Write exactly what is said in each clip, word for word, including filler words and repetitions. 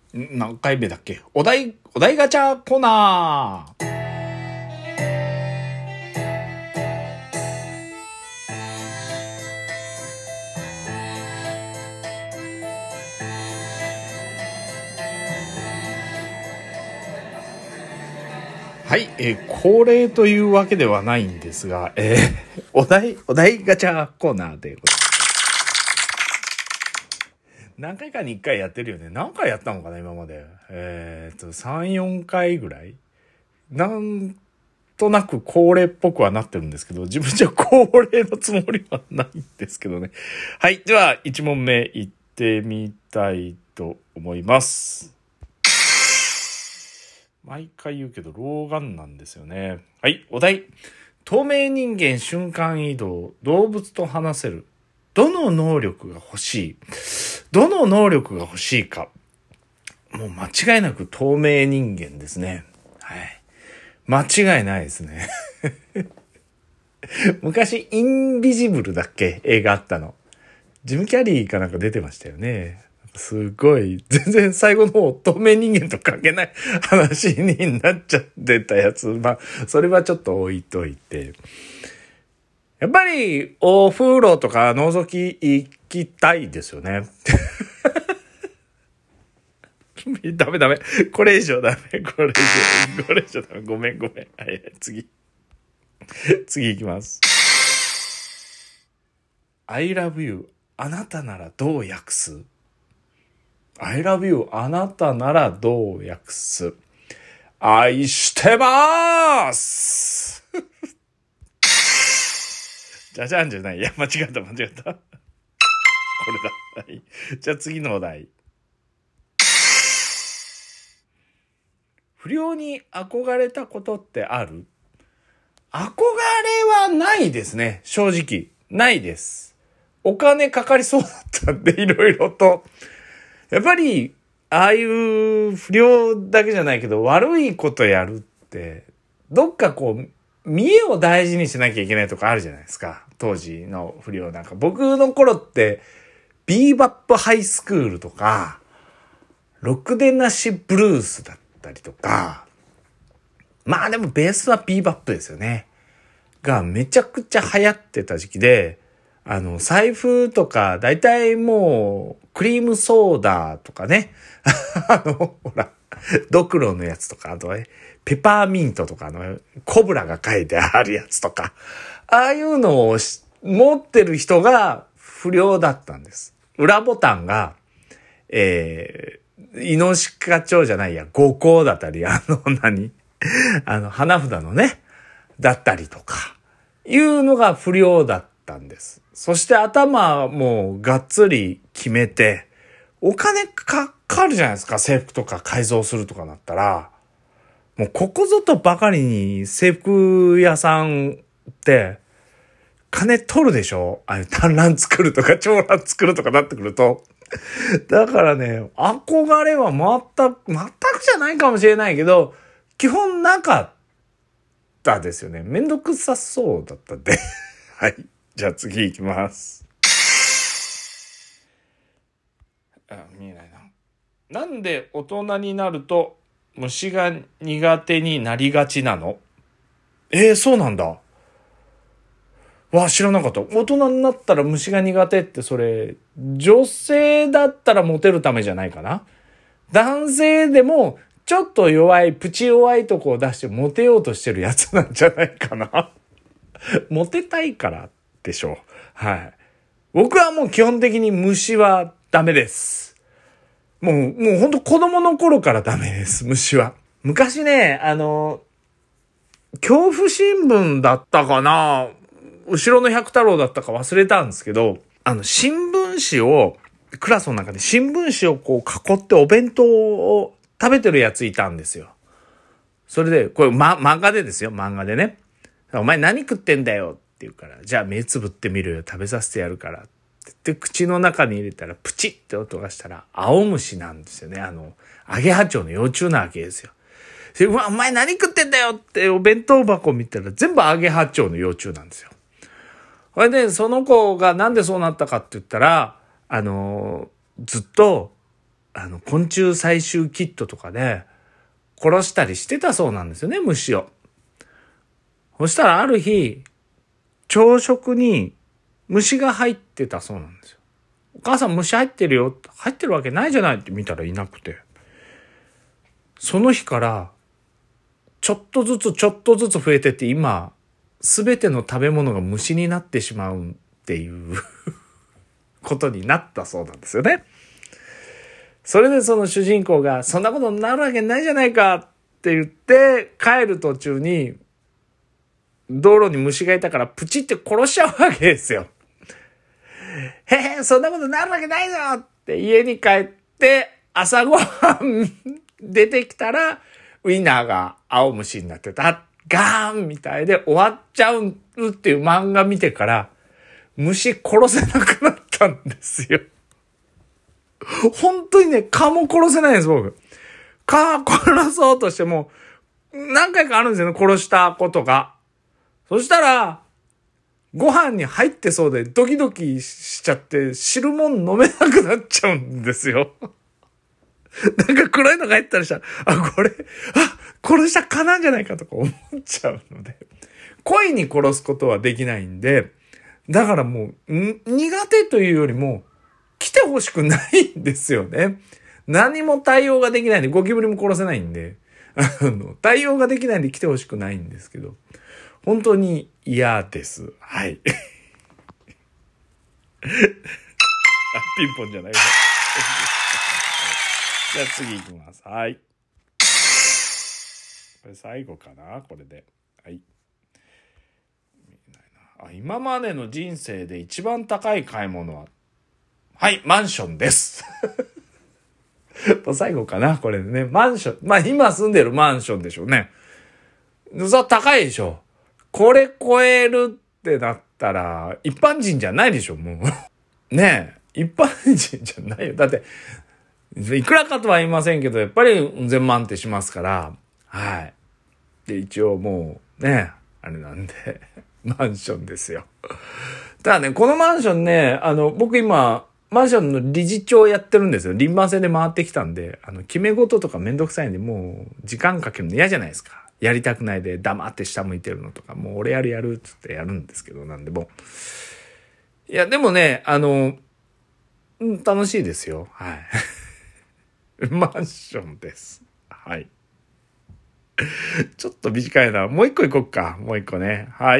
何回目だっけ？お題、お題ガチャコーナー。はい、えー、恒例というわけではないんですが、えー、お題、お題ガチャコーナーでございます。何回かにいっかいやってるよね。何回やったのかな今まで。えーと、さん、よんかいぐらいなんとなく恒例っぽくはなってるんですけど、自分じゃ恒例のつもりはないんですけどね。はい、ではいち問目いってみたいと思います。毎回言うけど老眼なんですよね。はい、お題。透明人間瞬間移動、動物と話せる。どの能力が欲しい？どの能力が欲しいか。もう間違いなく透明人間ですね。はい。間違いないですね。昔、インビジブルだっけ？映画あったの。ジム・キャリーかなんか出てましたよね。すごい、全然最後の方、透明人間と関係ない話になっちゃってたやつ。まあ、それはちょっと置いといて。やっぱり、お風呂とか覗き行きたいですよね。ダメダメ。これ以上ダメ。これ以上、これ以上ダメ。ごめんごめん。はい、次。次行きます。I love you あなたならどう訳す？ I love you あなたならどう訳す？愛してまーすじゃじゃんじゃない。いや、間違った間違った。これだ。はい。じゃあ次のお題。不良に憧れたことってある？憧れはないですね。正直。ないです。お金かかりそうだったんで、いろいろと。やっぱり、ああいう不良だけじゃないけど、悪いことやるって、どっかこう、見栄を大事にしなきゃいけないとかあるじゃないですか。当時の不良なんか。僕の頃って、ビーバップハイスクールとか、ろくでなしブルースだったりとか、まあでもベースはビーバップですよね。がめちゃくちゃ流行ってた時期で、あの、財布とか、だいたいもう、クリームソーダとかね。あの、ほら、ドクロのやつとか、あとね、ペパーミントとかの、コブラが書いてあるやつとか、ああいうのを持ってる人が不良だったんです。裏ボタンが、えー、イノシカチョウじゃないや、五光だったり、あの何あの、花札のね、だったりとか、いうのが不良だったんです。そして頭もがっつり決めて、お金かかるじゃないですか、制服とか改造するとかなったら。もうここぞとばかりに制服屋さんって、金取るでしょ？ああいう単乱作るとか長乱作るとかなってくると。だからね、憧れは全く、全くじゃないかもしれないけど、基本なかったですよね。めんどくさそうだったんで。はい。じゃあ次行きます。あ、見えないな。なんで大人になると虫が苦手になりがちなの？えー、そうなんだ。わ、知らなかった。大人になったら虫が苦手ってそれ、女性だったらモテるためじゃないかな？男性でもちょっと弱い、プチ弱いとこを出してモテようとしてるやつなんじゃないかな？モテたいからでしょう。はい。僕はもう基本的に虫はダメです。もう、もうほんと子供の頃からダメです、虫は。昔ね、あの、恐怖新聞だったかな？後ろの百太郎だったか忘れたんですけど、あの、新聞紙を、クラスの中で新聞紙をこう囲ってお弁当を食べてるやついたんですよ。それで、これ、ま、漫画でですよ、漫画でね。お前何食ってんだよって言うから、じゃあ目つぶってみるよ、食べさせてやるから。って言って口の中に入れたらプチって音がしたら青虫なんですよね。あの、アゲハチョウの幼虫なわけですよ。で、うわ、お前何食ってんだよってお弁当箱見たら全部アゲハチョウの幼虫なんですよ。それで、その子がなんでそうなったかって言ったら、あの、ずっと、 あの、昆虫採集キットとかで殺したりしてたそうなんですよね、虫を。そしたらある日、朝食に虫が入ってたそうなんですよ。お母さん虫入ってるよ。入ってるわけないじゃないって見たらいなくて。その日から、ちょっとずつちょっとずつ増えてって今、すべての食べ物が虫になってしまうっていうことになったそうなんですよね。それでその主人公が、そんなことになるわけないじゃないかって言って、帰る途中に、道路に虫がいたからプチって殺しちゃうわけですよ。へへ、そんなことになるわけないぞって家に帰って朝ごはん出てきたらウインナーが青虫になってた。ガーンみたいで終わっちゃうっていう漫画見てから虫殺せなくなったんですよ。本当にね、蚊も殺せないんです僕。蚊殺そうとしても何回かあるんですよね、殺したことが。そしたら、ご飯に入ってそうでドキドキしちゃって汁もん飲めなくなっちゃうんですよ。なんか黒いのが入ったりしたら、あ、これ、あ、殺した蚊なんじゃないかとか思っちゃうので、恋に殺すことはできないんで、だからもう、ん苦手というよりも、来てほしくないんですよね。何も対応ができないんで、ゴキブリも殺せないんで、あの、対応ができないんで来てほしくないんですけど、本当に嫌です。はい。あ、ピンポンじゃないわ。じゃあ次行きます。はい。これ最後かな、これで。はい。あ、今までの人生で一番高い買い物は、はい、マンションです。最後かな、これね。マンション。まあ今住んでるマンションでしょうね。それ高いでしょ。これ超えるってなったら、一般人じゃないでしょ、もう。ねえ、一般人じゃないよ。だって、いくらかとは言いませんけど、やっぱりうん千万ってしますから、はい。で、一応もう、ね、あれなんで、マンションですよ。ただね、このマンションね、あの、僕今、マンションの理事長やってるんですよ。輪番制で回ってきたんで、あの、決め事とかめんどくさいんで、もう、時間かけるの嫌じゃないですか。やりたくないで黙って下向いてるのとか、もう俺やるやるっつってやるんですけど、なんでも。いや、でもね、あの、うん、楽しいですよ。はい。マンションです。はい。ちょっと短いな。もう一個行こっか。もう一個ね。はい。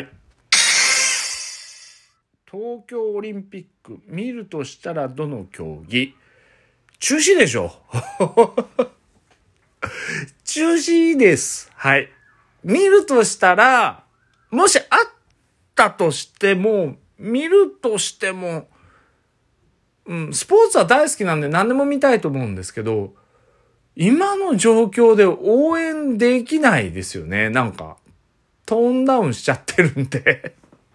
東京オリンピック、見るとしたらどの競技？中止でしょ。中止です。はい。見るとしたら、もしあったとしても、見るとしても、うん、スポーツは大好きなんで何でも見たいと思うんですけど、今の状況で応援できないですよね。なんか、トーンダウンしちゃってるんで。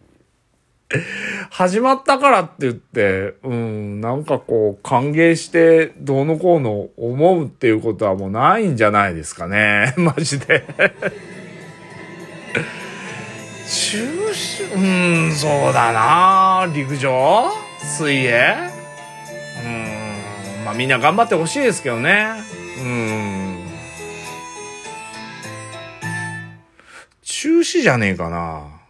始まったからって言って、うん、なんかこう、歓迎してどうのこうの思うっていうことはもうないんじゃないですかね。マジで。中止、うん、そうだな。陸上？水泳？うん、まあみんな頑張ってほしいですけどね。うん。中止じゃねえかな。